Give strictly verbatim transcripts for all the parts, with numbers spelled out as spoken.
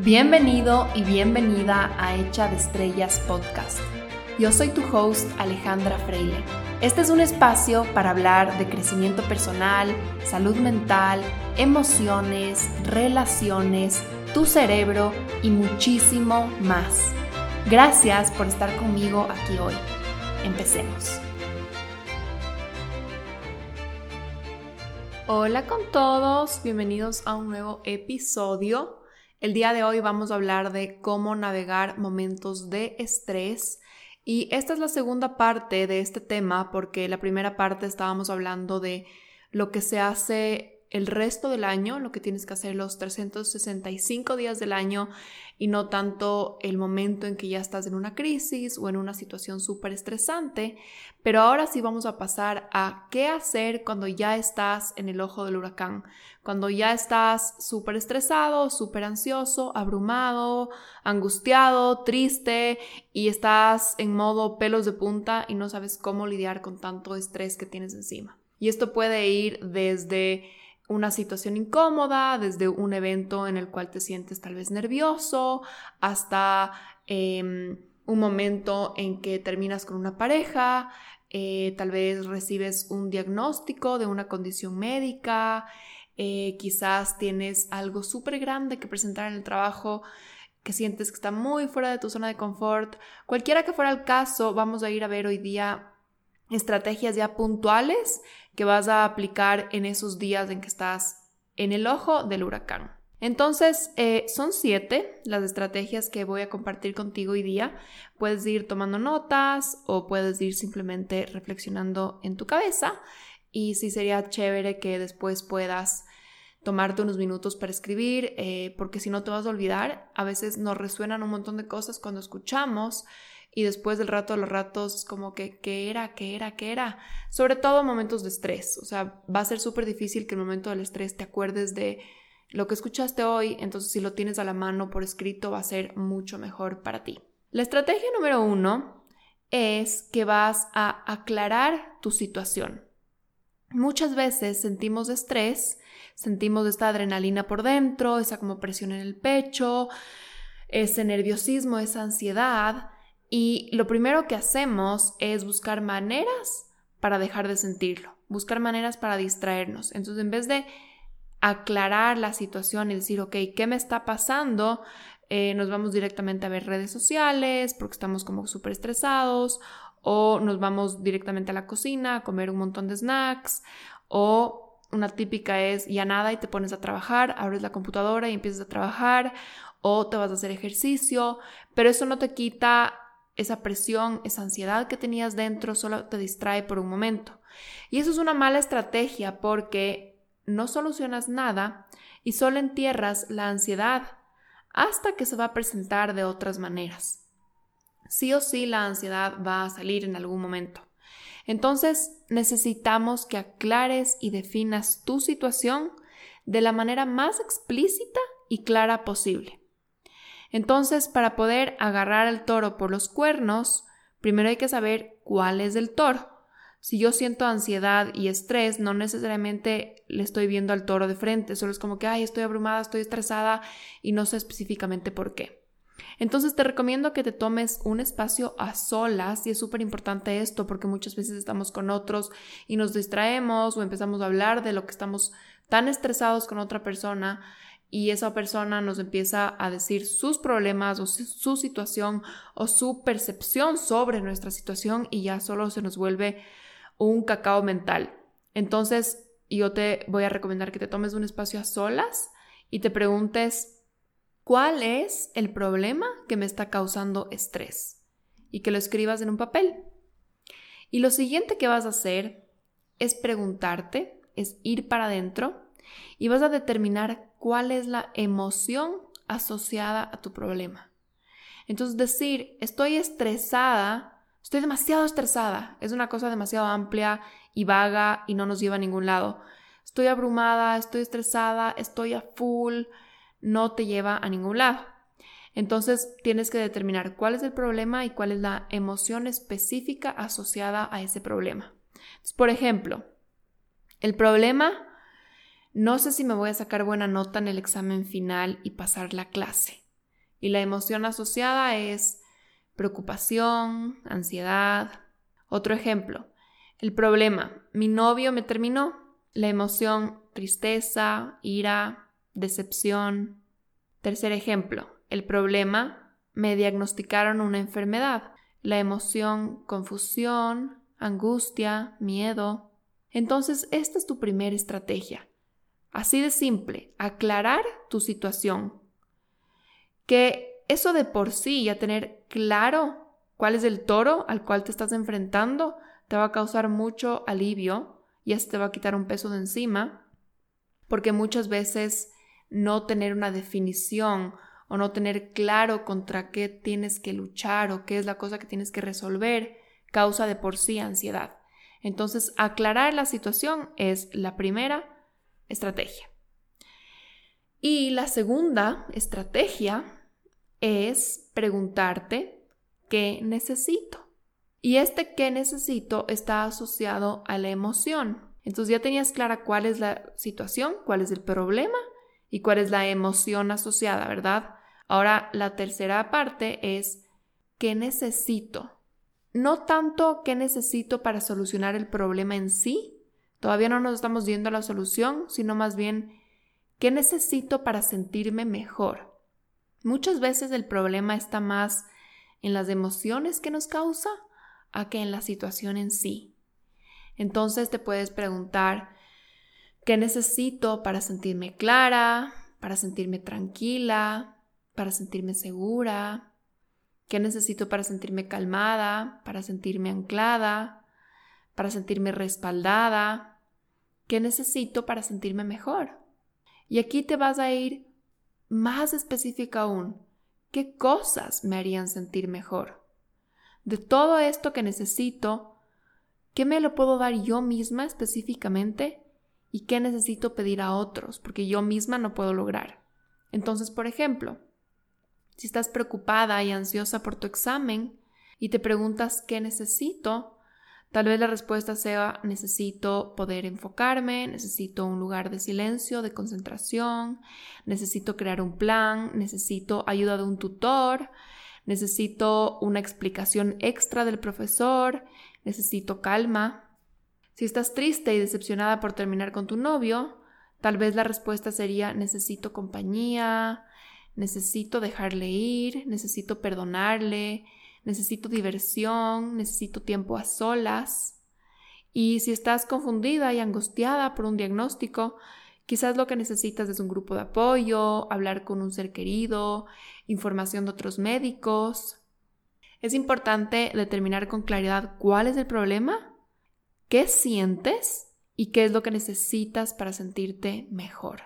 Bienvenido y bienvenida a Hecha de Estrellas Podcast. Yo soy tu host Alejandra Freile. Este es un espacio para hablar de crecimiento personal, salud mental, emociones, relaciones, tu cerebro y muchísimo más. Gracias por estar conmigo aquí hoy. Empecemos. Hola con todos, bienvenidos a un nuevo episodio. El día de hoy vamos a hablar de cómo navegar momentos de estrés y esta es la segunda parte de este tema porque la primera parte estábamos hablando de lo que se hace el resto del año, lo que tienes que hacer los trescientos sesenta y cinco días del año y no tanto el momento en que ya estás en una crisis o en una situación súper estresante, pero ahora sí vamos a pasar a qué hacer cuando ya estás en el ojo del huracán, cuando ya estás súper estresado, súper ansioso, abrumado, angustiado, triste y estás en modo pelos de punta y no sabes cómo lidiar con tanto estrés que tienes encima. Y esto puede ir desde una situación incómoda, desde un evento en el cual te sientes tal vez nervioso, hasta eh, un momento en que terminas con una pareja, eh, tal vez recibes un diagnóstico de una condición médica, eh, quizás tienes algo súper grande que presentar en el trabajo que sientes que está muy fuera de tu zona de confort. Cualquiera que fuera el caso, vamos a ir a ver hoy día estrategias ya puntuales que vas a aplicar en esos días en que estás en el ojo del huracán. Entonces, eh, son siete las estrategias que voy a compartir contigo hoy día. Puedes ir tomando notas o puedes ir simplemente reflexionando en tu cabeza y sí sería chévere que después puedas tomarte unos minutos para escribir, eh, porque si no te vas a olvidar. A veces nos resuenan un montón de cosas cuando escuchamos y después del rato a los ratos es como que ¿qué era? ¿qué era? ¿qué era? Sobre todo momentos de estrés. O sea, va a ser súper difícil que en el momento del estrés te acuerdes de lo que escuchaste hoy. Entonces, si lo tienes a la mano por escrito, va a ser mucho mejor para ti. La estrategia número uno es que vas a aclarar tu situación. Muchas veces sentimos estrés, sentimos esta adrenalina por dentro, esa como presión en el pecho, ese nerviosismo, esa ansiedad. Y lo primero que hacemos es buscar maneras para dejar de sentirlo, buscar maneras para distraernos. Entonces, en vez de aclarar la situación y decir, ok, ¿qué me está pasando? Eh, nos vamos directamente a ver redes sociales porque estamos como súper estresados, o nos vamos directamente a la cocina a comer un montón de snacks, o una típica es ya nada y te pones a trabajar, abres la computadora y empiezas a trabajar, o te vas a hacer ejercicio, pero eso no te quita esa presión, esa ansiedad que tenías dentro, solo te distrae por un momento. Y eso es una mala estrategia porque no solucionas nada y solo entierras la ansiedad hasta que se va a presentar de otras maneras. Sí o sí la ansiedad va a salir en algún momento. Entonces necesitamos que aclares y definas tu situación de la manera más explícita y clara posible. Entonces, para poder agarrar al toro por los cuernos, primero hay que saber cuál es el toro. Si yo siento ansiedad y estrés, no necesariamente le estoy viendo al toro de frente, solo es como que, ay, estoy abrumada, estoy estresada y no sé específicamente por qué. Entonces, te recomiendo que te tomes un espacio a solas y es súper importante esto porque muchas veces estamos con otros y nos distraemos o empezamos a hablar de lo que estamos tan estresados con otra persona y esa persona nos empieza a decir sus problemas o su situación o su percepción sobre nuestra situación y ya solo se nos vuelve un cacao mental. Entonces yo te voy a recomendar que te tomes un espacio a solas y te preguntes ¿cuál es el problema que me está causando estrés? Y que lo escribas en un papel. Y lo siguiente que vas a hacer es preguntarte, es ir para adentro y vas a determinar cuál es la emoción asociada a tu problema. Entonces decir, estoy estresada, estoy demasiado estresada, es una cosa demasiado amplia y vaga y no nos lleva a ningún lado. Estoy abrumada, estoy estresada, estoy a full, no te lleva a ningún lado. Entonces tienes que determinar cuál es el problema y cuál es la emoción específica asociada a ese problema. Entonces, por ejemplo, el problema, no sé si me voy a sacar buena nota en el examen final y pasar la clase. Y la emoción asociada es preocupación, ansiedad. Otro ejemplo, el problema, mi novio me terminó. La emoción, tristeza, ira, decepción. Tercer ejemplo, el problema, me diagnosticaron una enfermedad. La emoción, confusión, angustia, miedo. Entonces, esta es tu primera estrategia. Así de simple, aclarar tu situación. Que eso de por sí, ya tener claro cuál es el toro al cual te estás enfrentando, te va a causar mucho alivio y hasta te va a quitar un peso de encima, porque muchas veces no tener una definición o no tener claro contra qué tienes que luchar o qué es la cosa que tienes que resolver causa de por sí ansiedad. Entonces, aclarar la situación es la primera estrategia. Y la segunda estrategia es preguntarte ¿qué necesito? Y este ¿qué necesito? Está asociado a la emoción. Entonces ya tenías clara cuál es la situación, cuál es el problema y cuál es la emoción asociada, ¿verdad? Ahora la tercera parte es ¿qué necesito? No tanto qué necesito para solucionar el problema en sí, todavía no nos estamos yendo a la solución, sino más bien ¿qué necesito para sentirme mejor? Muchas veces el problema está más en las emociones que nos causa a que en la situación en sí. Entonces te puedes preguntar ¿qué necesito para sentirme clara, para sentirme tranquila, para sentirme segura? ¿Qué necesito para sentirme calmada, para sentirme anclada, para sentirme respaldada? ¿Qué necesito para sentirme mejor? Y aquí te vas a ir más específica aún. ¿Qué cosas me harían sentir mejor? De todo esto que necesito, ¿qué me lo puedo dar yo misma específicamente? ¿Y qué necesito pedir a otros? Porque yo misma no puedo lograr. Entonces, por ejemplo, si estás preocupada y ansiosa por tu examen y te preguntas ¿qué necesito? Tal vez la respuesta sea necesito poder enfocarme, necesito un lugar de silencio, de concentración, necesito crear un plan, necesito ayuda de un tutor, necesito una explicación extra del profesor, necesito calma. Si estás triste y decepcionada por terminar con tu novio, tal vez la respuesta sería necesito compañía, necesito dejarle ir, necesito perdonarle, necesito diversión, necesito tiempo a solas. Y si estás confundida y angustiada por un diagnóstico, quizás lo que necesitas es un grupo de apoyo, hablar con un ser querido, información de otros médicos. Es importante determinar con claridad cuál es el problema, qué sientes y qué es lo que necesitas para sentirte mejor.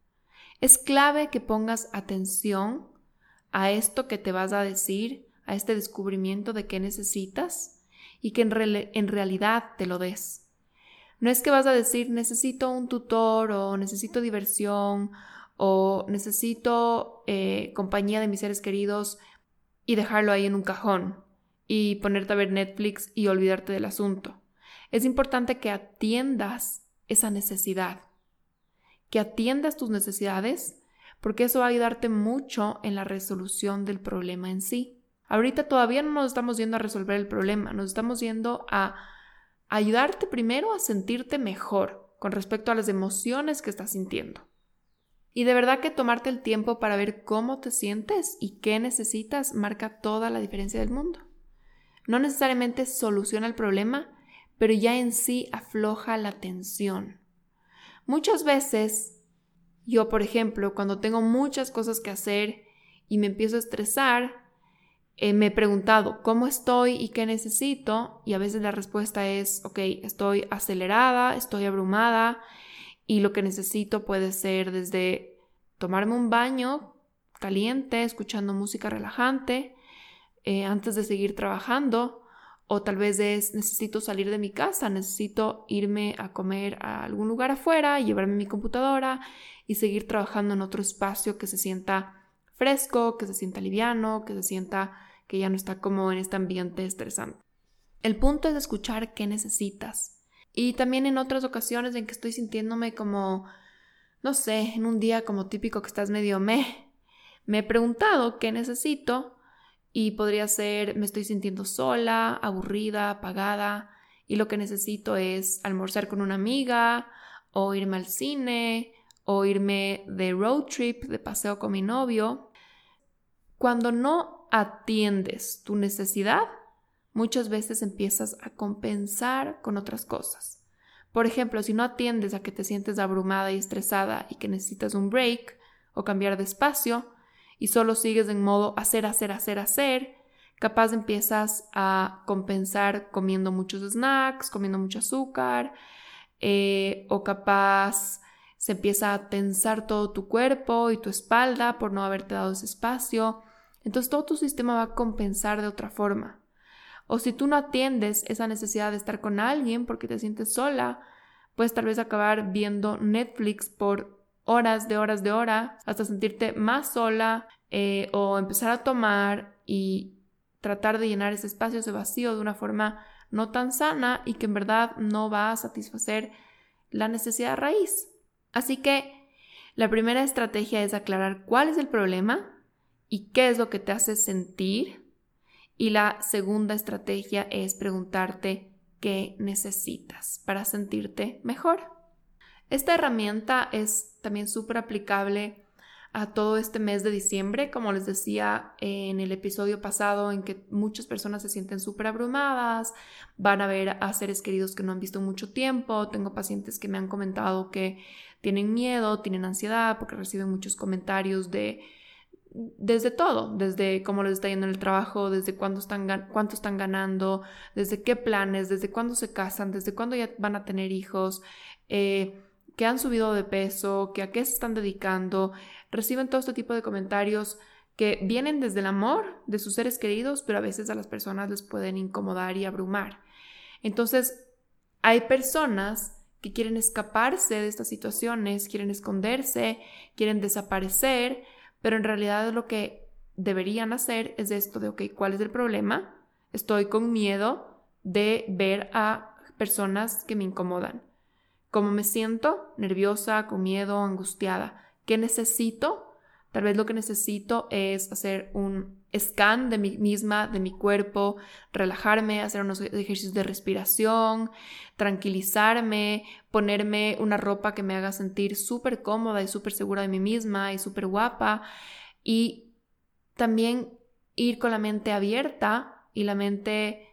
Es clave que pongas atención a esto que te vas a decir, a este descubrimiento de qué necesitas y que en, re- en realidad te lo des. No es que vas a decir necesito un tutor o necesito diversión o necesito eh, compañía de mis seres queridos y dejarlo ahí en un cajón y ponerte a ver Netflix y olvidarte del asunto. Es importante que atiendas esa necesidad, que atiendas tus necesidades, porque eso va a ayudarte mucho en la resolución del problema en sí. Ahorita todavía no nos estamos yendo a resolver el problema, nos estamos yendo a ayudarte primero a sentirte mejor con respecto a las emociones que estás sintiendo. Y de verdad que tomarte el tiempo para ver cómo te sientes y qué necesitas marca toda la diferencia del mundo. No necesariamente soluciona el problema, pero ya en sí afloja la tensión. Muchas veces, yo por ejemplo, cuando tengo muchas cosas que hacer y me empiezo a estresar, eh, me he preguntado cómo estoy y qué necesito, y a veces la respuesta es, ok, estoy acelerada, estoy abrumada, y lo que necesito puede ser desde tomarme un baño caliente, escuchando música relajante, eh, antes de seguir trabajando, o tal vez es necesito salir de mi casa, necesito irme a comer a algún lugar afuera, llevarme mi computadora y seguir trabajando en otro espacio que se sienta fresco, que se sienta liviano, que se sienta que ya no está como en este ambiente estresante. El punto es escuchar qué necesitas. Y también en otras ocasiones en que estoy sintiéndome como, no sé, en un día como típico que estás medio meh, Me he preguntado qué necesito y podría ser me estoy sintiendo sola, aburrida, apagada y lo que necesito es almorzar con una amiga o irme al cine o irme de road trip, de paseo con mi novio. Cuando no atiendes tu necesidad, muchas veces empiezas a compensar con otras cosas. Por ejemplo, si no atiendes a que te sientes abrumada y estresada y que necesitas un break o cambiar de espacio y solo sigues en modo hacer, hacer, hacer, hacer, capaz empiezas a compensar comiendo muchos snacks, comiendo mucho azúcar, eh, o capaz se empieza a tensar todo tu cuerpo y tu espalda por no haberte dado ese espacio. Entonces todo tu sistema va a compensar de otra forma. O si tú no atiendes esa necesidad de estar con alguien porque te sientes sola, puedes tal vez acabar viendo Netflix por horas de horas de horas hasta sentirte más sola eh, o empezar a tomar y tratar de llenar ese espacio, ese vacío de una forma no tan sana y que en verdad no va a satisfacer la necesidad raíz. Así que la primera estrategia es aclarar cuál es el problema y qué es lo que te hace sentir. Y la segunda estrategia es preguntarte qué necesitas para sentirte mejor. Esta herramienta es también súper aplicable a todo este mes de diciembre, como les decía en el episodio pasado, en que muchas personas se sienten súper abrumadas, van a ver a seres queridos que no han visto mucho tiempo. Tengo pacientes que me han comentado que tienen miedo, tienen ansiedad porque reciben muchos comentarios de desde todo, desde cómo les está yendo en el trabajo, desde cuándo están, cuánto están ganando, desde qué planes, desde cuándo se casan, desde cuándo ya van a tener hijos, eh, que han subido de peso, que a qué se están dedicando. Reciben todo este tipo de comentarios que vienen desde el amor de sus seres queridos, pero a veces a las personas les pueden incomodar y abrumar. Entonces, hay personas que quieren escaparse de estas situaciones, quieren esconderse, quieren desaparecer, pero en realidad lo que deberían hacer es esto de, ok, ¿cuál es el problema? Estoy con miedo de ver a personas que me incomodan. ¿Cómo me siento? Nerviosa, con miedo, angustiada. ¿Qué necesito? Tal vez lo que necesito es hacer un scan de mí misma, de mi cuerpo, relajarme, hacer unos ejercicios de respiración, tranquilizarme, ponerme una ropa que me haga sentir súper cómoda y súper segura de mí misma y súper guapa, y también ir con la mente abierta y la mente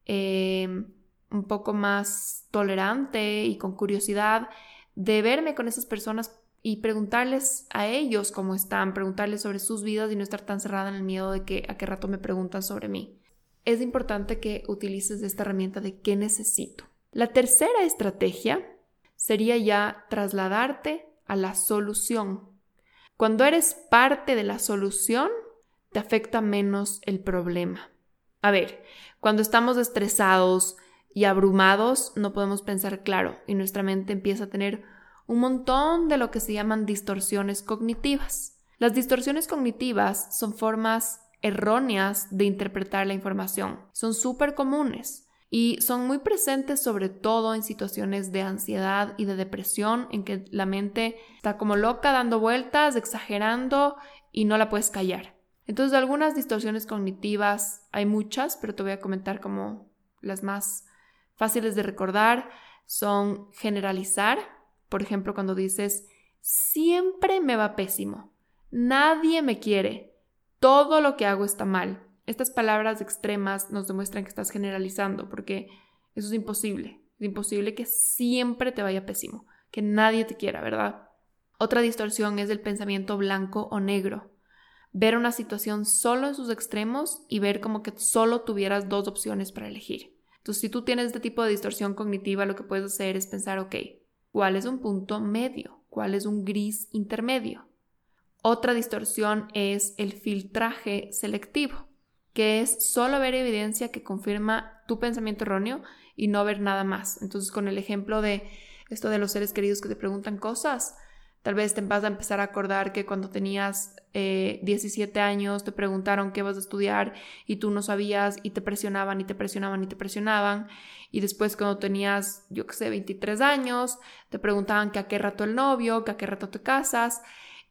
eh, un poco más tolerante y con curiosidad de verme con esas personas y preguntarles a ellos cómo están, preguntarles sobre sus vidas y no estar tan cerrada en el miedo de que a qué rato me preguntan sobre mí. Es importante que utilices esta herramienta de qué necesito. La tercera estrategia sería ya trasladarte a la solución. Cuando eres parte de la solución, te afecta menos el problema. A ver, cuando estamos estresados y abrumados, no podemos pensar claro y nuestra mente empieza a tener un montón de lo que se llaman distorsiones cognitivas. Las distorsiones cognitivas son formas erróneas de interpretar la información. Son súper comunes y son muy presentes sobre todo en situaciones de ansiedad y de depresión en que la mente está como loca dando vueltas, exagerando y no la puedes callar. Entonces, algunas distorsiones cognitivas, hay muchas, pero te voy a comentar como las más fáciles de recordar, son generalizar. Por ejemplo, cuando dices, siempre me va pésimo, nadie me quiere, todo lo que hago está mal. Estas palabras extremas nos demuestran que estás generalizando, porque eso es imposible. Es imposible que siempre te vaya pésimo, que nadie te quiera, ¿verdad? Otra distorsión es el pensamiento blanco o negro. Ver una situación solo en sus extremos y ver como que solo tuvieras dos opciones para elegir. Entonces, si tú tienes este tipo de distorsión cognitiva, lo que puedes hacer es pensar, ok, ¿cuál es un punto medio? ¿Cuál es un gris intermedio? Otra distorsión es el filtraje selectivo, que es solo ver evidencia que confirma tu pensamiento erróneo y no ver nada más. Entonces, con el ejemplo de esto de los seres queridos que te preguntan cosas, tal vez te vas a empezar a acordar que cuando tenías eh, diecisiete años te preguntaron qué vas a estudiar y tú no sabías y te presionaban y te presionaban y te presionaban. Y después cuando tenías, yo qué sé, veintitrés años, te preguntaban que a qué rato el novio, que a qué rato te casas.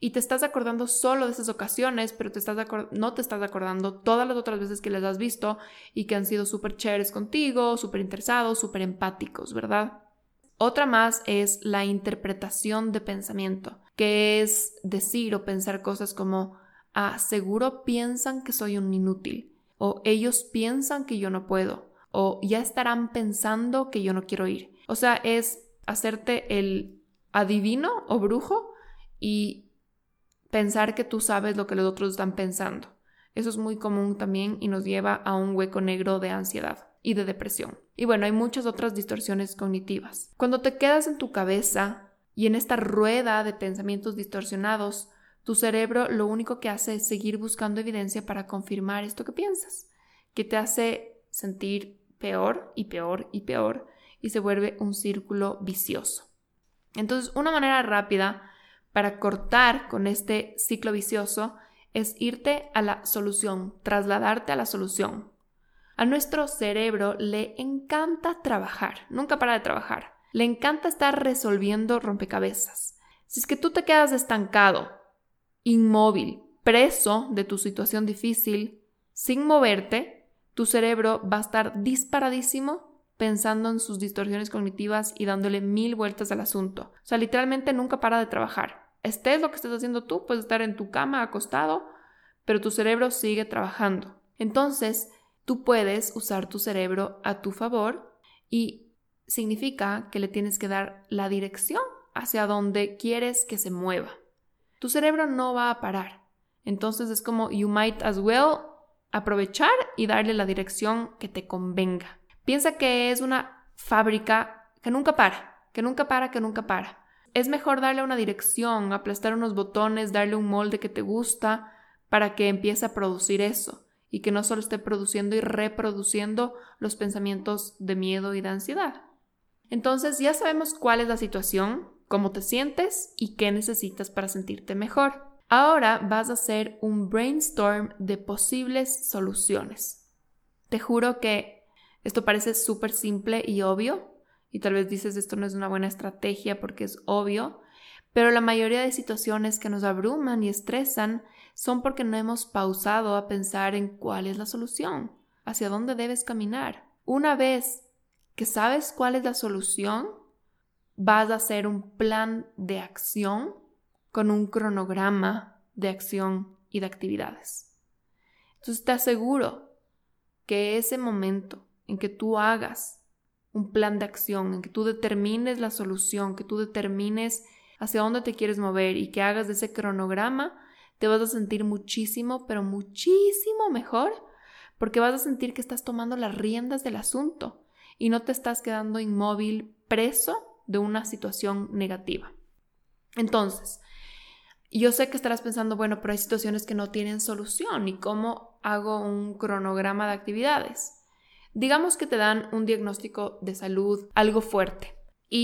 y te estás acordando solo de esas ocasiones, pero te estás acord- no te estás acordando todas las otras veces que les has visto y que han sido súper chéveres contigo, súper interesados, súper empáticos, ¿verdad? Otra más es la interpretación de pensamiento, que es decir o pensar cosas como, ah, seguro piensan que soy un inútil, o ellos piensan que yo no puedo, o ya estarán pensando que yo no quiero ir. O sea, es hacerte el adivino o brujo y pensar que tú sabes lo que los otros están pensando. Eso es muy común también y nos lleva a un hueco negro de ansiedad y de depresión. Y bueno, hay muchas otras distorsiones cognitivas. Cuando te quedas en tu cabeza y en esta rueda de pensamientos distorsionados, tu cerebro lo único que hace es seguir buscando evidencia para confirmar esto que piensas, que te hace sentir peor y peor y peor y se vuelve un círculo vicioso. Entonces, una manera rápida para cortar con este ciclo vicioso es irte a la solución, trasladarte a la solución. A nuestro cerebro le encanta trabajar, nunca para de trabajar. Le encanta estar resolviendo rompecabezas. Si es que tú te quedas estancado, inmóvil, preso de tu situación difícil, sin moverte, tu cerebro va a estar disparadísimo pensando en sus distorsiones cognitivas y dándole mil vueltas al asunto. O sea, literalmente nunca para de trabajar. Estés lo que estés haciendo tú, puedes estar en tu cama acostado, pero tu cerebro sigue trabajando. Entonces, tú puedes usar tu cerebro a tu favor y significa que le tienes que dar la dirección hacia donde quieres que se mueva. Tu cerebro no va a parar. Entonces es como you might as well aprovechar y darle la dirección que te convenga. Piensa que es una fábrica que nunca para, que nunca para, que nunca para. Es mejor darle una dirección, aplastar unos botones, darle un molde que te gusta para que empiece a producir eso y que no solo esté produciendo y reproduciendo los pensamientos de miedo y de ansiedad. Entonces ya sabemos cuál es la situación, cómo te sientes y qué necesitas para sentirte mejor. Ahora vas a hacer un brainstorm de posibles soluciones. Te juro que esto parece súper simple y obvio, y tal vez dices esto no es una buena estrategia porque es obvio, pero la mayoría de situaciones que nos abruman y estresan son porque no hemos pausado a pensar en cuál es la solución, hacia dónde debes caminar. Una vez que sabes cuál es la solución, vas a hacer un plan de acción con un cronograma de acción y de actividades. Entonces te aseguro que ese momento en que tú hagas un plan de acción, en que tú determines la solución, que tú determines hacia dónde te quieres mover y que hagas de ese cronograma, te vas a sentir muchísimo, pero muchísimo mejor, porque vas a sentir que estás tomando las riendas del asunto y no te estás quedando inmóvil, preso de una situación negativa. Entonces, yo sé que estarás pensando, bueno, pero hay situaciones que no tienen solución, ¿y cómo hago un cronograma de actividades? Digamos que te dan un diagnóstico de salud algo fuerte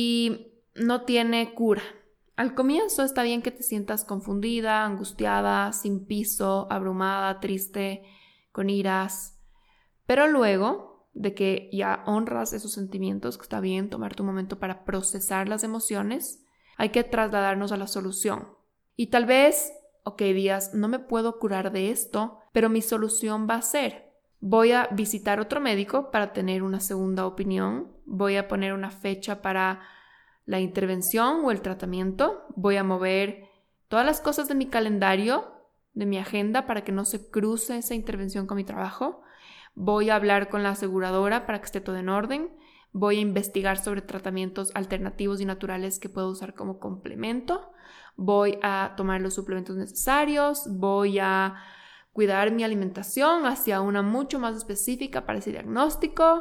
y no tiene cura. Al comienzo está bien que te sientas confundida, angustiada, sin piso, abrumada, triste, con iras, pero luego de que ya honras esos sentimientos, que está bien tomar tu momento para procesar las emociones, hay que trasladarnos a la solución. Y tal vez, ok, digas, no me puedo curar de esto, pero mi solución va a ser, voy a visitar otro médico para tener una segunda opinión, voy a poner una fecha para la intervención o el tratamiento, voy a mover todas las cosas de mi calendario, de mi agenda, para que no se cruce esa intervención con mi trabajo, voy a hablar con la aseguradora para que esté todo en orden, voy a investigar sobre tratamientos alternativos y naturales que puedo usar como complemento, voy a tomar los suplementos necesarios, voy a cuidar mi alimentación hacia una mucho más específica para ese diagnóstico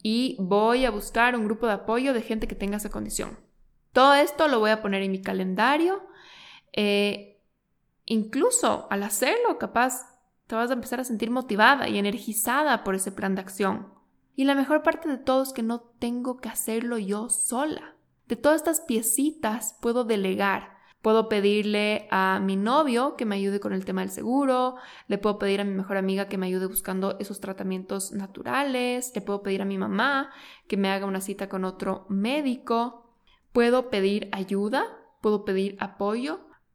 y voy a buscar un grupo de apoyo de gente que tenga esa condición. Todo esto lo voy a poner en mi calendario. Eh, incluso al hacerlo, capaz te vas a empezar a sentir motivada y energizada por ese plan de acción. Y la mejor parte de todo es que no tengo que hacerlo yo sola. De todas estas piecitas puedo delegar. Puedo pedirle a mi novio que me ayude con el tema del seguro, le puedo pedir a mi mejor amiga que me ayude buscando esos tratamientos naturales, le puedo pedir a mi mamá que me haga una cita con otro médico. Puedo pedir ayuda, puedo pedir apoyo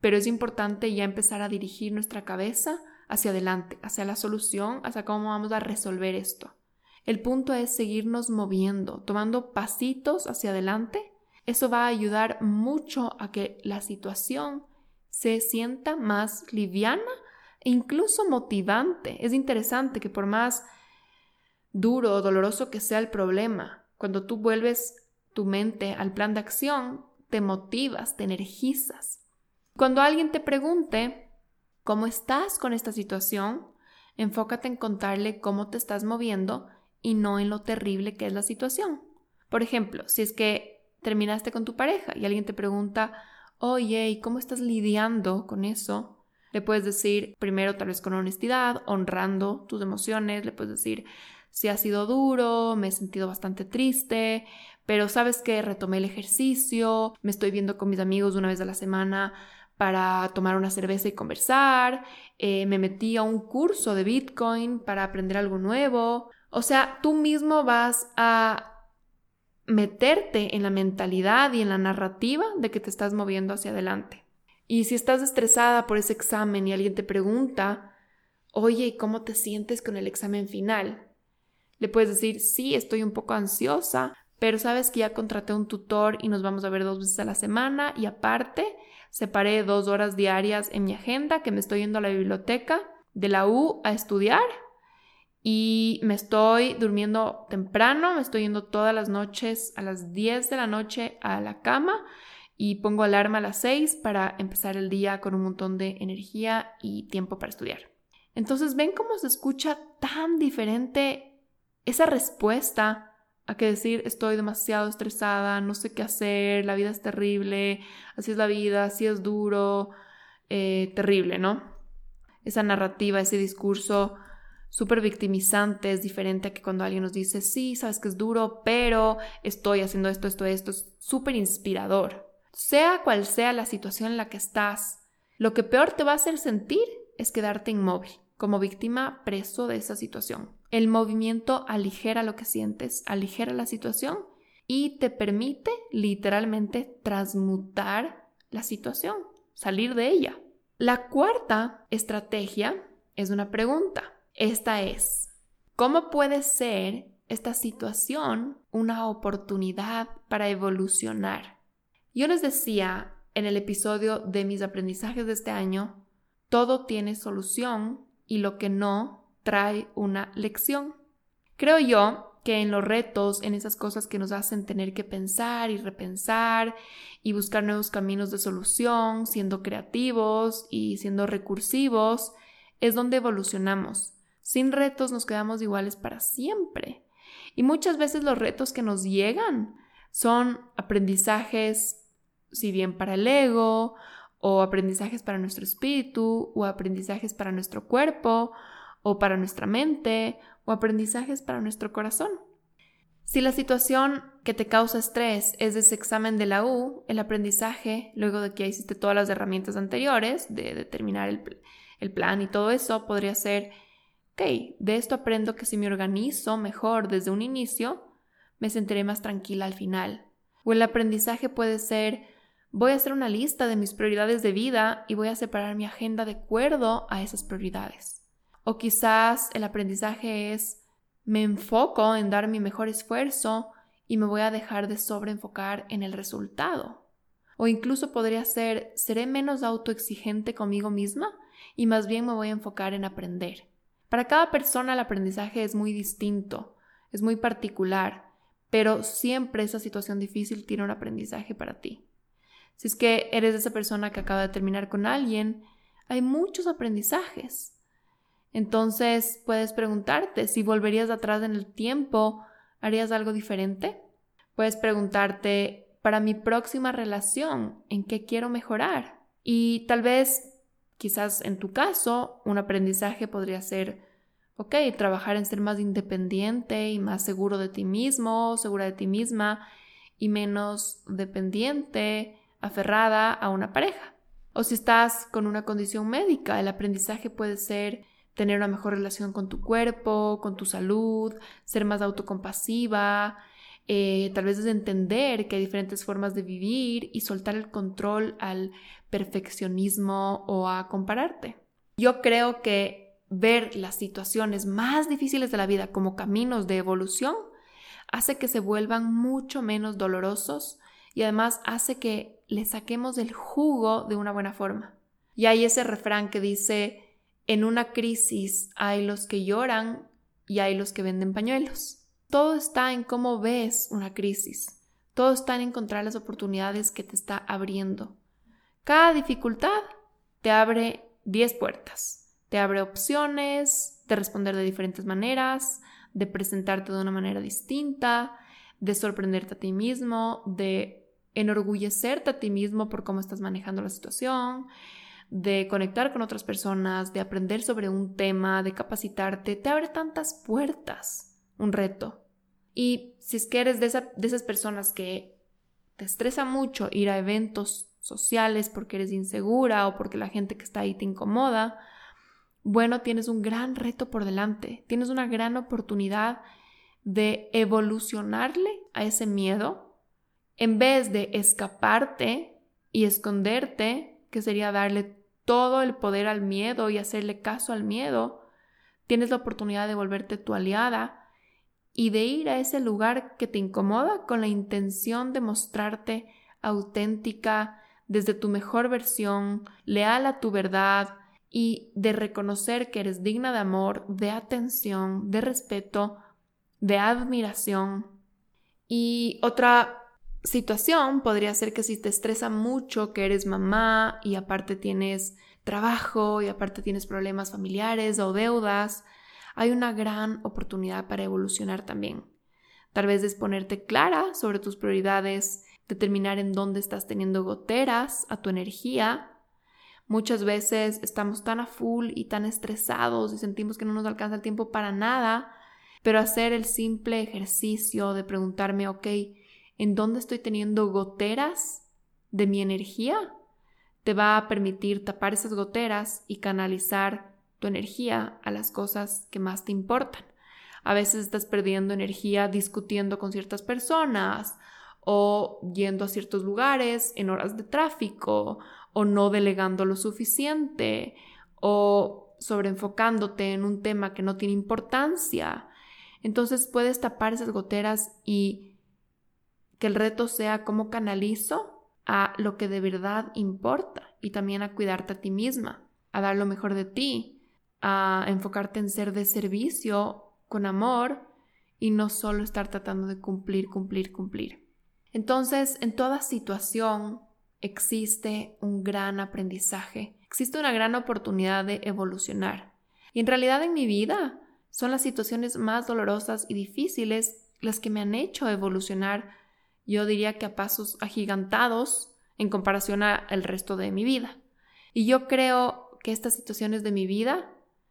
pero es importante ya empezar a dirigir nuestra cabeza hacia adelante, hacia la solución, hacia cómo vamos a resolver esto. El punto es seguirnos moviendo, tomando pasitos hacia adelante. Eso va a ayudar mucho a que la situación se sienta más liviana e incluso motivante. Es interesante que por más duro o doloroso que sea el problema, cuando tú vuelves tu mente al plan de acción, te motivas, te energizas. Cuando alguien te pregunte cómo estás con esta situación, enfócate en contarle cómo te estás moviendo y no en lo terrible que es la situación. Por ejemplo, si es que terminaste con tu pareja y alguien te pregunta, oye, ¿y cómo estás lidiando con eso? Le puedes decir, primero tal vez con honestidad, honrando tus emociones, le puedes decir, sí ha sido duro, me he sentido bastante triste, pero sabes que retomé el ejercicio, me estoy viendo con mis amigos una vez a la semana para tomar una cerveza y conversar, eh, me metí a un curso de Bitcoin para aprender algo nuevo. O sea, tú mismo vas a meterte en la mentalidad y en la narrativa de que te estás moviendo hacia adelante. Y si estás estresada por ese examen y alguien te pregunta, oye, ¿y cómo te sientes con el examen final? Le puedes decir, sí, estoy un poco ansiosa, pero sabes que ya contraté un tutor y nos vamos a ver dos veces a la semana y aparte separé dos horas diarias en mi agenda que me estoy yendo a la biblioteca de la U a estudiar y me estoy durmiendo temprano, me estoy yendo todas las noches a las diez de la noche a la cama y pongo alarma a las seis para empezar el día con un montón de energía y tiempo para estudiar. Entonces, ¿ven cómo se escucha tan diferente esa respuesta a que decir estoy demasiado estresada, no sé qué hacer, la vida es terrible, así es la vida, así es duro, eh, terrible, ¿no? Esa narrativa, ese discurso súper victimizante es diferente a que cuando alguien nos dice sí, sabes que es duro, pero estoy haciendo esto, esto, esto, es súper inspirador. Sea cual sea la situación en la que estás, lo que peor te va a hacer sentir es quedarte inmóvil, como víctima preso de esa situación. El movimiento aligera lo que sientes, aligera la situación y te permite literalmente transmutar la situación, salir de ella. La cuarta estrategia es una pregunta. Esta es, ¿cómo puede ser esta situación una oportunidad para evolucionar? Yo les decía en el episodio de mis aprendizajes de este año, todo tiene solución y lo que no trae una lección. Creo yo que en los retos, en esas cosas que nos hacen tener que pensar y repensar y buscar nuevos caminos de solución, siendo creativos y siendo recursivos, es donde evolucionamos. Sin retos nos quedamos iguales para siempre. Y muchas veces los retos que nos llegan son aprendizajes, si bien para el ego, o aprendizajes para nuestro espíritu, o aprendizajes para nuestro cuerpo, o para nuestra mente, o aprendizajes para nuestro corazón. Si la situación que te causa estrés es ese examen de la U, el aprendizaje, luego de que ya hiciste todas las herramientas anteriores, de determinar el, el plan y todo eso, podría ser, ok, de esto aprendo que si me organizo mejor desde un inicio, me sentiré más tranquila al final. O el aprendizaje puede ser, voy a hacer una lista de mis prioridades de vida y voy a separar mi agenda de acuerdo a esas prioridades. O quizás el aprendizaje es, me enfoco en dar mi mejor esfuerzo y me voy a dejar de sobreenfocar en el resultado. O incluso podría ser, seré menos autoexigente conmigo misma y más bien me voy a enfocar en aprender. Para cada persona el aprendizaje es muy distinto, es muy particular, pero siempre esa situación difícil tiene un aprendizaje para ti. Si es que eres esa persona que acaba de terminar con alguien, hay muchos aprendizajes. Entonces puedes preguntarte si volverías atrás en el tiempo, ¿harías algo diferente? Puedes preguntarte, para mi próxima relación, ¿en qué quiero mejorar? Y tal vez, quizás en tu caso, un aprendizaje podría ser, ok, trabajar en ser más independiente y más seguro de ti mismo, segura de ti misma y menos dependiente, aferrada a una pareja. O si estás con una condición médica, el aprendizaje puede ser tener una mejor relación con tu cuerpo, con tu salud, ser más autocompasiva, eh, tal vez es entender que hay diferentes formas de vivir y soltar el control al perfeccionismo o a compararte. Yo creo que ver las situaciones más difíciles de la vida como caminos de evolución hace que se vuelvan mucho menos dolorosos y además hace que le saquemos el jugo de una buena forma. Y hay ese refrán que dice, en una crisis hay los que lloran y hay los que venden pañuelos. Todo está en cómo ves una crisis. Todo está en encontrar las oportunidades que te está abriendo. Cada dificultad te abre diez puertas. Te abre opciones de responder de diferentes maneras, de presentarte de una manera distinta, de sorprenderte a ti mismo, de enorgullecerte a ti mismo por cómo estás manejando la situación, de conectar con otras personas, de aprender sobre un tema, de capacitarte. Te abre tantas puertas, un reto. Y si es que eres de, esa, de esas personas que te estresa mucho ir a eventos sociales porque eres insegura o porque la gente que está ahí te incomoda, bueno, tienes un gran reto por delante. Tienes una gran oportunidad de evolucionarle a ese miedo en vez de escaparte y esconderte, que sería darle todo el poder al miedo y hacerle caso al miedo. Tienes la oportunidad de volverte tu aliada y de ir a ese lugar que te incomoda con la intención de mostrarte auténtica, desde tu mejor versión, leal a tu verdad y de reconocer que eres digna de amor, de atención, de respeto, de admiración. Y otra situación podría ser que si te estresa mucho que eres mamá y aparte tienes trabajo y aparte tienes problemas familiares o deudas, hay una gran oportunidad para evolucionar también. Tal vez es ponerte clara sobre tus prioridades, determinar en dónde estás teniendo goteras a tu energía. Muchas veces estamos tan a full y tan estresados y sentimos que no nos alcanza el tiempo para nada, pero hacer el simple ejercicio de preguntarme, ok, ¿en dónde estoy teniendo goteras de mi energía? Te va a permitir tapar esas goteras y canalizar tu energía a las cosas que más te importan. A veces estás perdiendo energía discutiendo con ciertas personas o yendo a ciertos lugares en horas de tráfico o no delegando lo suficiente o sobreenfocándote en un tema que no tiene importancia. Entonces puedes tapar esas goteras y que el reto sea cómo canalizo a lo que de verdad importa y también a cuidarte a ti misma, a dar lo mejor de ti, a enfocarte en ser de servicio con amor y no solo estar tratando de cumplir, cumplir, cumplir. Entonces, en toda situación existe un gran aprendizaje, existe una gran oportunidad de evolucionar. Y en realidad en mi vida son las situaciones más dolorosas y difíciles las que me han hecho evolucionar, yo diría que a pasos agigantados en comparación al resto de mi vida. Y yo creo que estas situaciones de mi vida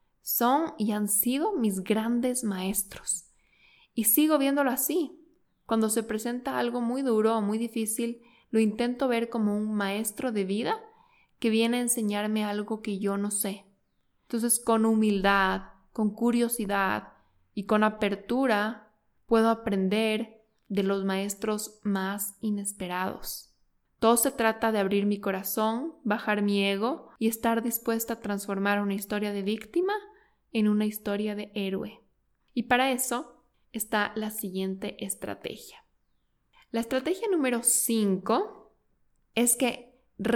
son y han sido mis grandes maestros. Y sigo viéndolo así. Cuando se presenta algo muy duro o muy difícil, lo intento ver como un maestro de vida que viene a enseñarme algo que yo no sé. Entonces, con humildad, con curiosidad y con apertura, puedo aprender de los maestros más inesperados. Todo se trata de abrir mi corazón, bajar mi ego y estar dispuesta a transformar una historia de víctima en una historia de héroe. Y para eso está la siguiente estrategia. La estrategia número cinco es que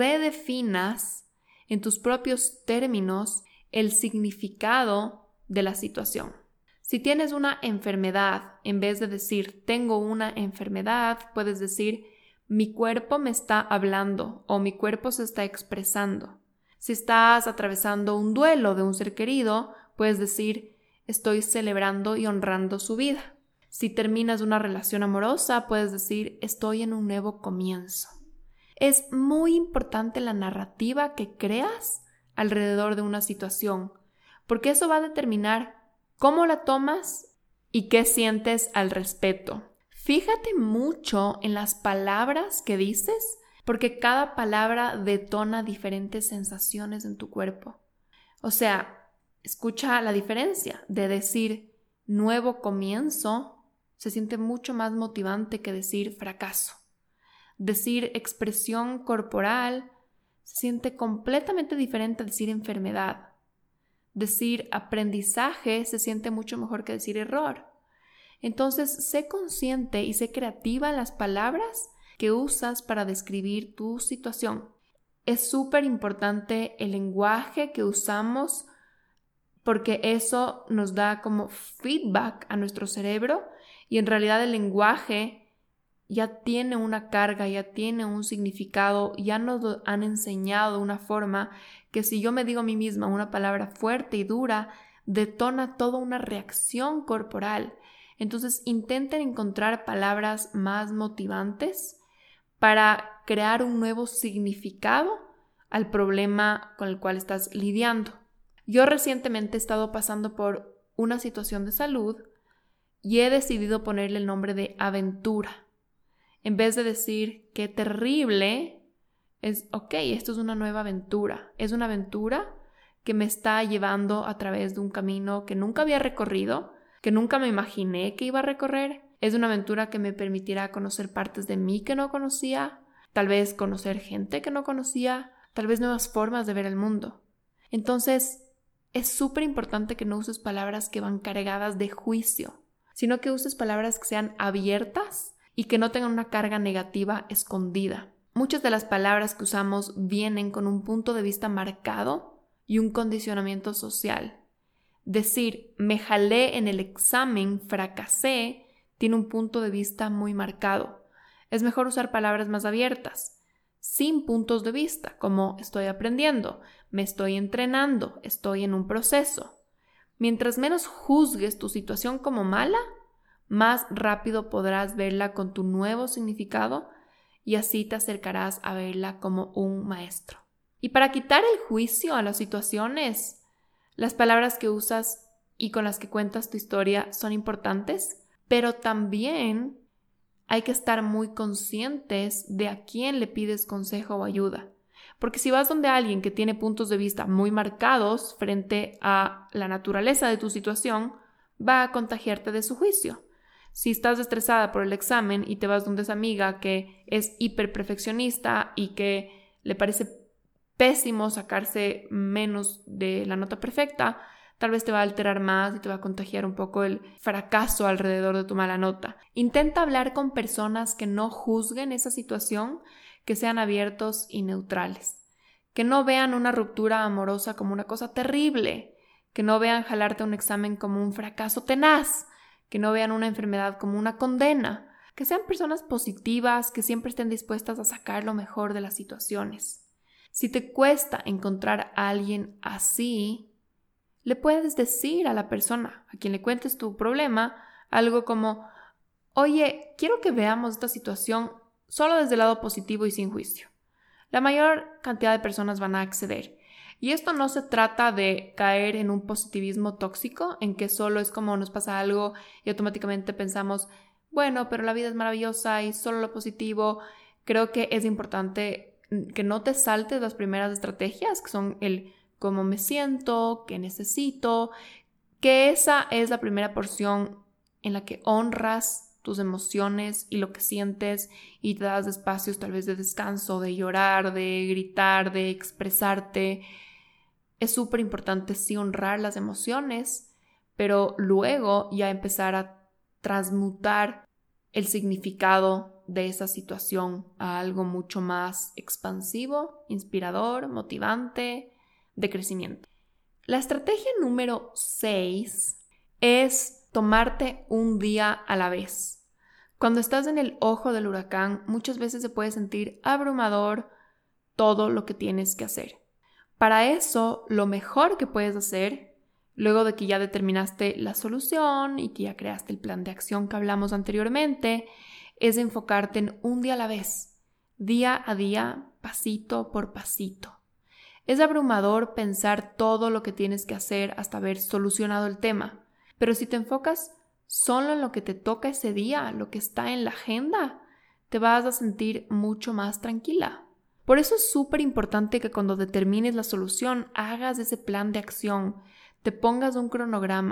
redefinas en tus propios términos el significado de la situación. Si tienes una enfermedad, en vez de decir tengo una enfermedad, puedes decir mi cuerpo me está hablando o mi cuerpo se está expresando. Si estás atravesando un duelo de un ser querido, puedes decir estoy celebrando y honrando su vida. Si terminas una relación amorosa, puedes decir estoy en un nuevo comienzo. Es muy importante la narrativa que creas alrededor de una situación, porque eso va a determinar cómo la tomas y qué sientes al respecto. Fíjate mucho en las palabras que dices, porque cada palabra detona diferentes sensaciones en tu cuerpo. O sea, escucha la diferencia de decir nuevo comienzo se siente mucho más motivante que decir fracaso. Decir expresión corporal se siente completamente diferente a decir enfermedad. Decir aprendizaje se siente mucho mejor que decir error. Entonces, sé consciente y sé creativa en las palabras que usas para describir tu situación. Es súper importante el lenguaje que usamos porque eso nos da como feedback a nuestro cerebro y en realidad el lenguaje ya tiene una carga, ya tiene un significado, ya nos lo han enseñado de una forma que si yo me digo a mí misma una palabra fuerte y dura, detona toda una reacción corporal. Entonces intenten encontrar palabras más motivantes para crear un nuevo significado al problema con el cual estás lidiando. Yo recientemente he estado pasando por una situación de salud y he decidido ponerle el nombre de aventura. En vez de decir qué terrible, es ok, esto es una nueva aventura. Es una aventura que me está llevando a través de un camino que nunca había recorrido, que nunca me imaginé que iba a recorrer. Es una aventura que me permitirá conocer partes de mí que no conocía, tal vez conocer gente que no conocía, tal vez nuevas formas de ver el mundo. Entonces, es súper importante que no uses palabras que van cargadas de juicio, sino que uses palabras que sean abiertas y que no tengan una carga negativa escondida. Muchas de las palabras que usamos vienen con un punto de vista marcado y un condicionamiento social. Decir, me jalé en el examen, fracasé, tiene un punto de vista muy marcado. Es mejor usar palabras más abiertas, sin puntos de vista, como estoy aprendiendo, me estoy entrenando, estoy en un proceso. Mientras menos juzgues tu situación como mala, más rápido podrás verla con tu nuevo significado y así te acercarás a verla como un maestro. Y para quitar el juicio a las situaciones, las palabras que usas y con las que cuentas tu historia son importantes, pero también hay que estar muy conscientes de a quién le pides consejo o ayuda. Porque si vas donde alguien que tiene puntos de vista muy marcados frente a la naturaleza de tu situación, va a contagiarte de su juicio. Si estás estresada por el examen y te vas donde esa amiga que es hiper perfeccionista y que le parece pésimo sacarse menos de la nota perfecta, tal vez te va a alterar más y te va a contagiar un poco el fracaso alrededor de tu mala nota. Intenta hablar con personas que no juzguen esa situación, que sean abiertos y neutrales. Que no vean una ruptura amorosa como una cosa terrible. Que no vean jalarte un examen como un fracaso tenaz. Que no vean una enfermedad como una condena. Que sean personas positivas, que siempre estén dispuestas a sacar lo mejor de las situaciones. Si te cuesta encontrar a alguien así, le puedes decir a la persona a quien le cuentes tu problema algo como, oye, quiero que veamos esta situación solo desde el lado positivo y sin juicio. La mayor cantidad de personas van a acceder. Y esto no se trata de caer en un positivismo tóxico, en que solo es como nos pasa algo y automáticamente pensamos, bueno, pero la vida es maravillosa y solo lo positivo. Creo que es importante que no te saltes las primeras estrategias, que son el cómo me siento, qué necesito, que esa es la primera porción en la que honras tus emociones y lo que sientes y te das espacios tal vez de descanso, de llorar, de gritar, de expresarte. Es súper importante sí honrar las emociones, pero luego ya empezar a transmutar el significado de esa situación a algo mucho más expansivo, inspirador, motivante, de crecimiento. La estrategia número seis es tomarte un día a la vez. Cuando estás en el ojo del huracán, muchas veces se puede sentir abrumador todo lo que tienes que hacer. Para eso, lo mejor que puedes hacer, luego de que ya determinaste la solución y que ya creaste el plan de acción que hablamos anteriormente, es enfocarte en un día a la vez, día a día, pasito por pasito. Es abrumador pensar todo lo que tienes que hacer hasta haber solucionado el tema, pero si te enfocas solo en lo que te toca ese día, lo que está en la agenda, te vas a sentir mucho más tranquila. Por eso es súper importante que cuando determines la solución hagas ese plan de acción, te pongas un cronograma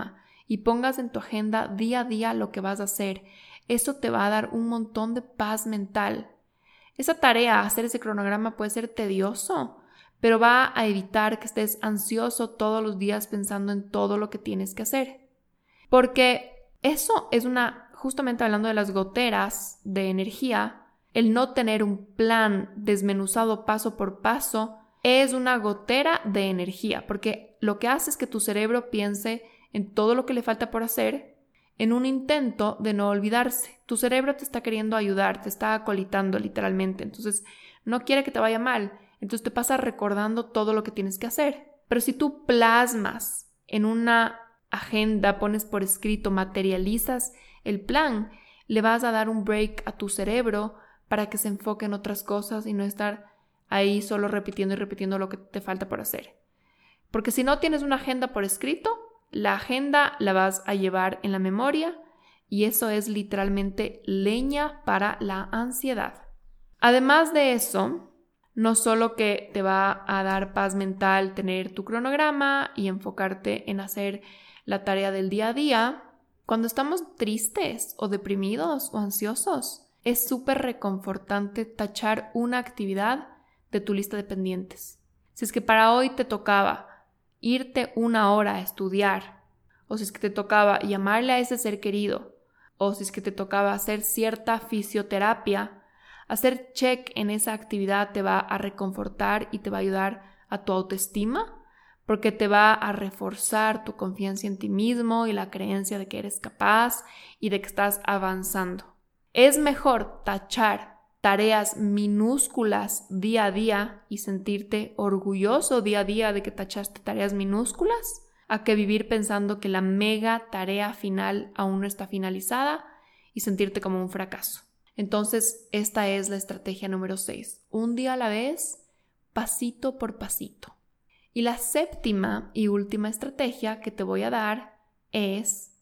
y pongas en tu agenda día a día lo que vas a hacer. Eso te va a dar un montón de paz mental. Esa tarea, hacer ese cronograma, puede ser tedioso, pero va a evitar que estés ansioso todos los días pensando en todo lo que tienes que hacer. Porque eso es una, justamente hablando de las goteras de energía, el no tener un plan desmenuzado paso por paso es una gotera de energía, porque lo que hace es que tu cerebro piense en todo lo que le falta por hacer en un intento de no olvidarse. Tu cerebro te está queriendo ayudar, te está acolitando literalmente, entonces no quiere que te vaya mal, entonces te pasa recordando todo lo que tienes que hacer. Pero si tú plasmas en una agenda, pones por escrito, materializas el plan, le vas a dar un break a tu cerebro para que se enfoque en otras cosas y no estar ahí solo repitiendo y repitiendo lo que te falta por hacer. Porque si no tienes una agenda por escrito, la agenda la vas a llevar en la memoria y eso es literalmente leña para la ansiedad. Además de eso, no solo que te va a dar paz mental tener tu cronograma y enfocarte en hacer la tarea del día a día, cuando estamos tristes o deprimidos o ansiosos, es súper reconfortante tachar una actividad de tu lista de pendientes. Si es que para hoy te tocaba irte una hora a estudiar, o si es que te tocaba llamarle a ese ser querido, o si es que te tocaba hacer cierta fisioterapia, hacer check en esa actividad te va a reconfortar y te va a ayudar a tu autoestima, porque te va a reforzar tu confianza en ti mismo y la creencia de que eres capaz y de que estás avanzando. Es mejor tachar tareas minúsculas día a día y sentirte orgulloso día a día de que tachaste tareas minúsculas, a que vivir pensando que la mega tarea final aún no está finalizada y sentirte como un fracaso. Entonces, esta es la estrategia número seis. Un día a la vez, pasito por pasito. Y la séptima y última estrategia que te voy a dar es: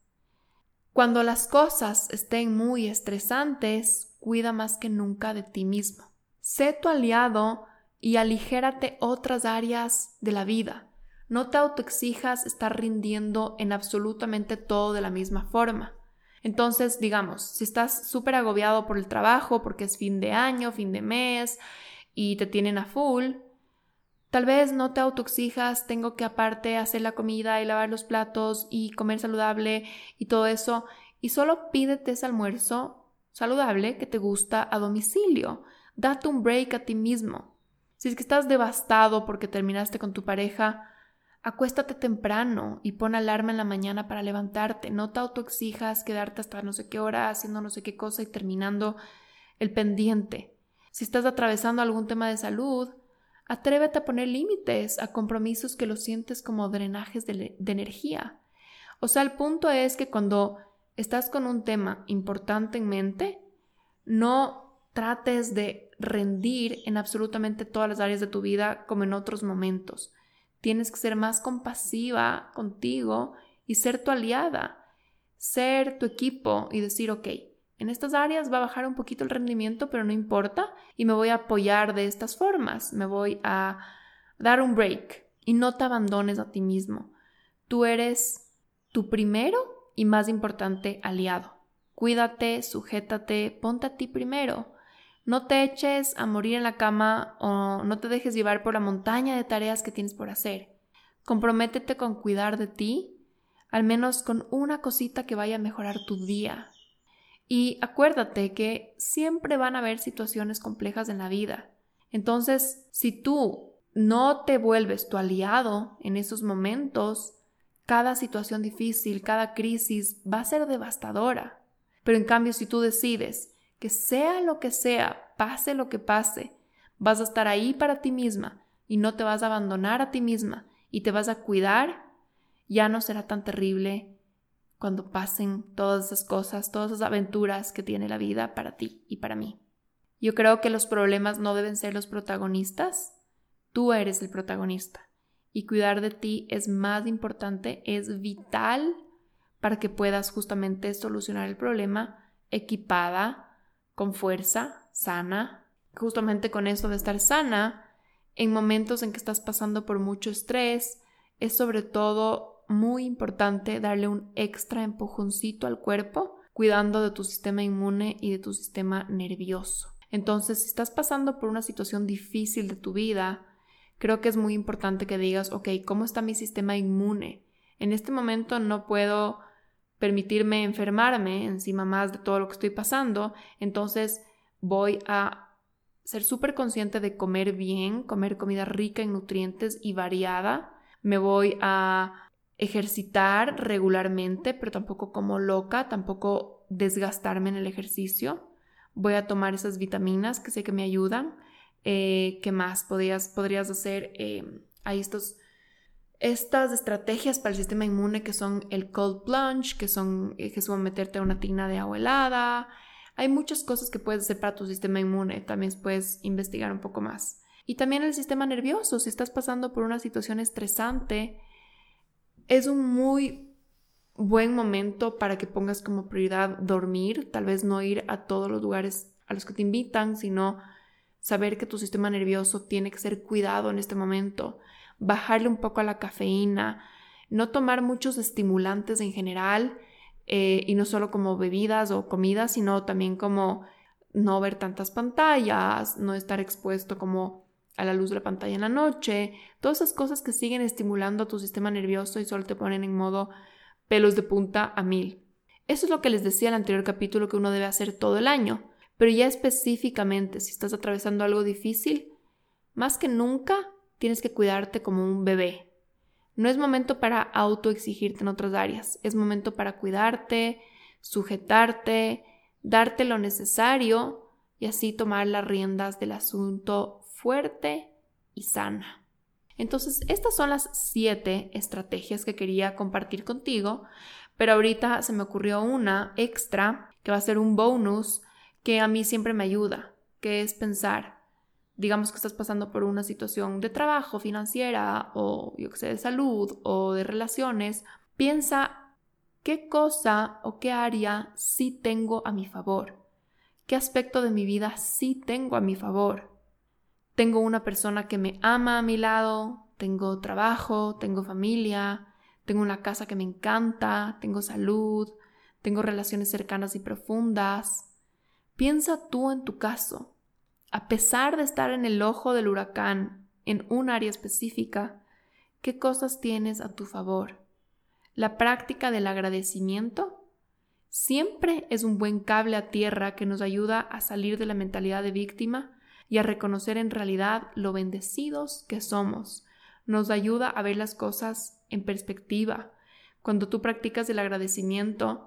cuando las cosas estén muy estresantes, cuida más que nunca de ti mismo. Sé tu aliado y aligérate otras áreas de la vida. No te autoexijas estar rindiendo en absolutamente todo de la misma forma. Entonces, digamos, si estás súper agobiado por el trabajo porque es fin de año, fin de mes y te tienen a full, tal vez no te autoexijas, tengo que aparte hacer la comida y lavar los platos y comer saludable y todo eso, y solo pídete ese almuerzo saludable que te gusta a domicilio. Date un break a ti mismo. Si es que estás devastado porque terminaste con tu pareja, acuéstate temprano y pon alarma en la mañana para levantarte. No te autoexijas quedarte hasta no sé qué hora haciendo no sé qué cosa y terminando el pendiente. Si estás atravesando algún tema de salud, atrévete a poner límites a compromisos que los sientes como drenajes de, de energía. O sea, el punto es que cuando estás con un tema importante en mente, no trates de rendir en absolutamente todas las áreas de tu vida como en otros momentos. Tienes que ser más compasiva contigo y ser tu aliada, ser tu equipo y decir, ok, en estas áreas va a bajar un poquito el rendimiento, pero no importa y me voy a apoyar de estas formas, me voy a dar un break y no te abandones a ti mismo. Tú eres tu primero y más importante aliado. Cuídate, sujétate, ponte a ti primero. No te eches a morir en la cama o no te dejes llevar por la montaña de tareas que tienes por hacer. Comprométete con cuidar de ti, al menos con una cosita que vaya a mejorar tu día. Y acuérdate que siempre van a haber situaciones complejas en la vida. Entonces, si tú no te vuelves tu aliado en esos momentos, cada situación difícil, cada crisis va a ser devastadora. Pero en cambio, si tú decides que sea lo que sea, pase lo que pase, vas a estar ahí para ti misma y no te vas a abandonar a ti misma y te vas a cuidar, ya no será tan terrible cuando pasen todas esas cosas, todas esas aventuras que tiene la vida para ti y para mí. Yo creo que los problemas no deben ser los protagonistas, tú eres el protagonista. Y cuidar de ti es más importante, es vital para que puedas justamente solucionar el problema equipada, con fuerza, sana. Justamente con eso de estar sana, en momentos en que estás pasando por mucho estrés, es sobre todo muy importante darle un extra empujoncito al cuerpo, cuidando de tu sistema inmune y de tu sistema nervioso. Entonces, si estás pasando por una situación difícil de tu vida, creo que es muy importante que digas, ok, ¿cómo está mi sistema inmune? En este momento no puedo permitirme enfermarme encima más de todo lo que estoy pasando, entonces voy a ser súper consciente de comer bien, comer comida rica en nutrientes y variada. Me voy a ejercitar regularmente, pero tampoco como loca, tampoco desgastarme en el ejercicio. Voy a tomar esas vitaminas que sé que me ayudan. Eh, ¿Qué más podrías, podrías hacer? Eh, hay estos, estas estrategias para el sistema inmune que son el cold plunge, que son eh, que es como meterte a una tina de agua helada. Hay muchas cosas que puedes hacer para tu sistema inmune. También puedes investigar un poco más. Y también el sistema nervioso. Si estás pasando por una situación estresante, es un muy buen momento para que pongas como prioridad dormir. Tal vez no ir a todos los lugares a los que te invitan, sino saber que tu sistema nervioso tiene que ser cuidado en este momento, bajarle un poco a la cafeína, no tomar muchos estimulantes en general, eh, y no solo como bebidas o comidas, sino también como no ver tantas pantallas, no estar expuesto como a la luz de la pantalla en la noche, todas esas cosas que siguen estimulando a tu sistema nervioso y solo te ponen en modo pelos de punta a mil. Eso es lo que les decía en el anterior capítulo que uno debe hacer todo el año. Pero ya específicamente, si estás atravesando algo difícil, más que nunca tienes que cuidarte como un bebé. No es momento para autoexigirte en otras áreas, es momento para cuidarte, sujetarte, darte lo necesario y así tomar las riendas del asunto fuerte y sana. Entonces, estas son las siete estrategias que quería compartir contigo, pero ahorita se me ocurrió una extra que va a ser un bonus que a mí siempre me ayuda, que es pensar, digamos que estás pasando por una situación de trabajo, financiera o yo que sé, de salud o de relaciones, piensa qué cosa o qué área sí tengo a mi favor, qué aspecto de mi vida sí tengo a mi favor. Tengo una persona que me ama a mi lado, tengo trabajo, tengo familia, tengo una casa que me encanta, tengo salud, tengo relaciones cercanas y profundas. Piensa tú en tu caso, a pesar de estar en el ojo del huracán en un área específica, ¿qué cosas tienes a tu favor? La práctica del agradecimiento siempre es un buen cable a tierra que nos ayuda a salir de la mentalidad de víctima y a reconocer en realidad lo bendecidos que somos. Nos ayuda a ver las cosas en perspectiva. Cuando tú practicas el agradecimiento,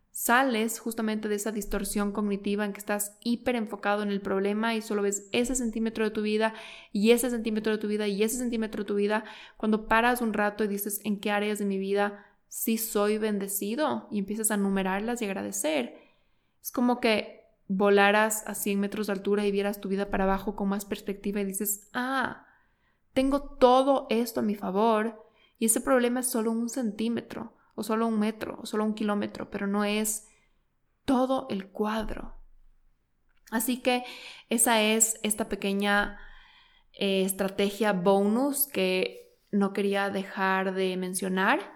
sales justamente de esa distorsión cognitiva en que estás hiper enfocado en el problema y solo ves ese centímetro de tu vida y ese centímetro de tu vida y ese centímetro de tu vida. Cuando paras un rato y dices en qué áreas de mi vida sí soy bendecido y empiezas a numerarlas y agradecer, es como que volaras a cien metros de altura y vieras tu vida para abajo con más perspectiva y dices, ah, tengo todo esto a mi favor y ese problema es solo un centímetro o solo un metro, o solo un kilómetro, pero no es todo el cuadro. Así que esa es esta pequeña eh, estrategia bonus que no quería dejar de mencionar.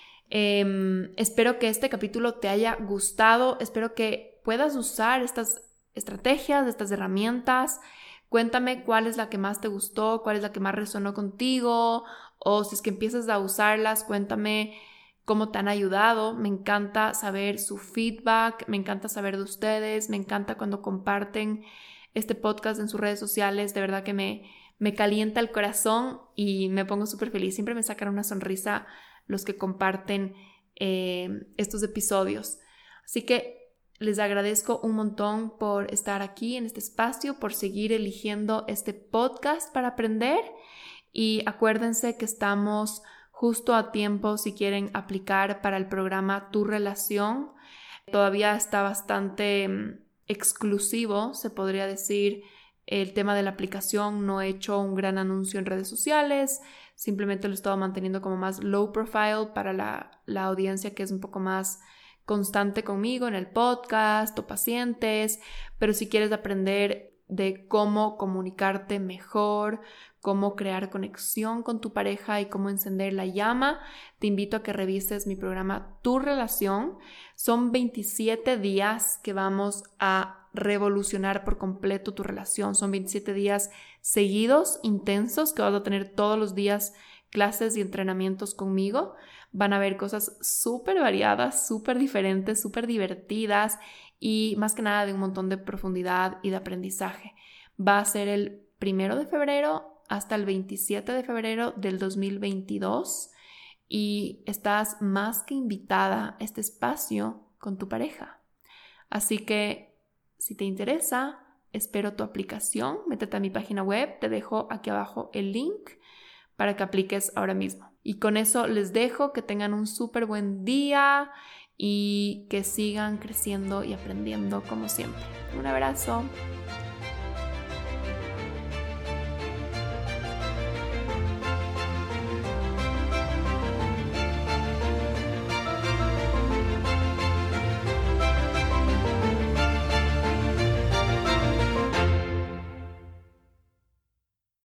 Eh, espero que este capítulo te haya gustado, espero que puedas usar estas estrategias, estas herramientas. Cuéntame cuál es la que más te gustó, cuál es la que más resonó contigo, o si es que empiezas a usarlas, cuéntame cómo te han ayudado. Me encanta saber su feedback, me encanta saber de ustedes, me encanta cuando comparten este podcast en sus redes sociales, de verdad que me, me calienta el corazón y me pongo súper feliz. Siempre me sacan una sonrisa los que comparten eh, estos episodios. Así que les agradezco un montón por estar aquí en este espacio, por seguir eligiendo este podcast para aprender y acuérdense que estamos justo a tiempo si quieren aplicar para el programa Tu Relación. Todavía está bastante um, exclusivo, se podría decir, el tema de la aplicación. No he hecho un gran anuncio en redes sociales, simplemente lo he estado manteniendo como más low profile para la, la audiencia que es un poco más constante conmigo en el podcast o pacientes, pero si quieres aprender de cómo comunicarte mejor, cómo crear conexión con tu pareja y cómo encender la llama, te invito a que revises mi programa Tu Relación. Son veintisiete días que vamos a revolucionar por completo tu relación. Son veintisiete días seguidos, intensos, que vas a tener todos los días clases y entrenamientos conmigo. Van a haber cosas súper variadas, súper diferentes, súper divertidas y más que nada de un montón de profundidad y de aprendizaje. Va a ser el primero de febrero hasta el veintisiete de febrero del dos mil veintidós y estás más que invitada a este espacio con tu pareja. Así que si te interesa, espero tu aplicación. Métete a mi página web, te dejo aquí abajo el link para que apliques ahora mismo. Y con eso les dejo, que tengan un súper buen día y que sigan creciendo y aprendiendo como siempre. Un abrazo.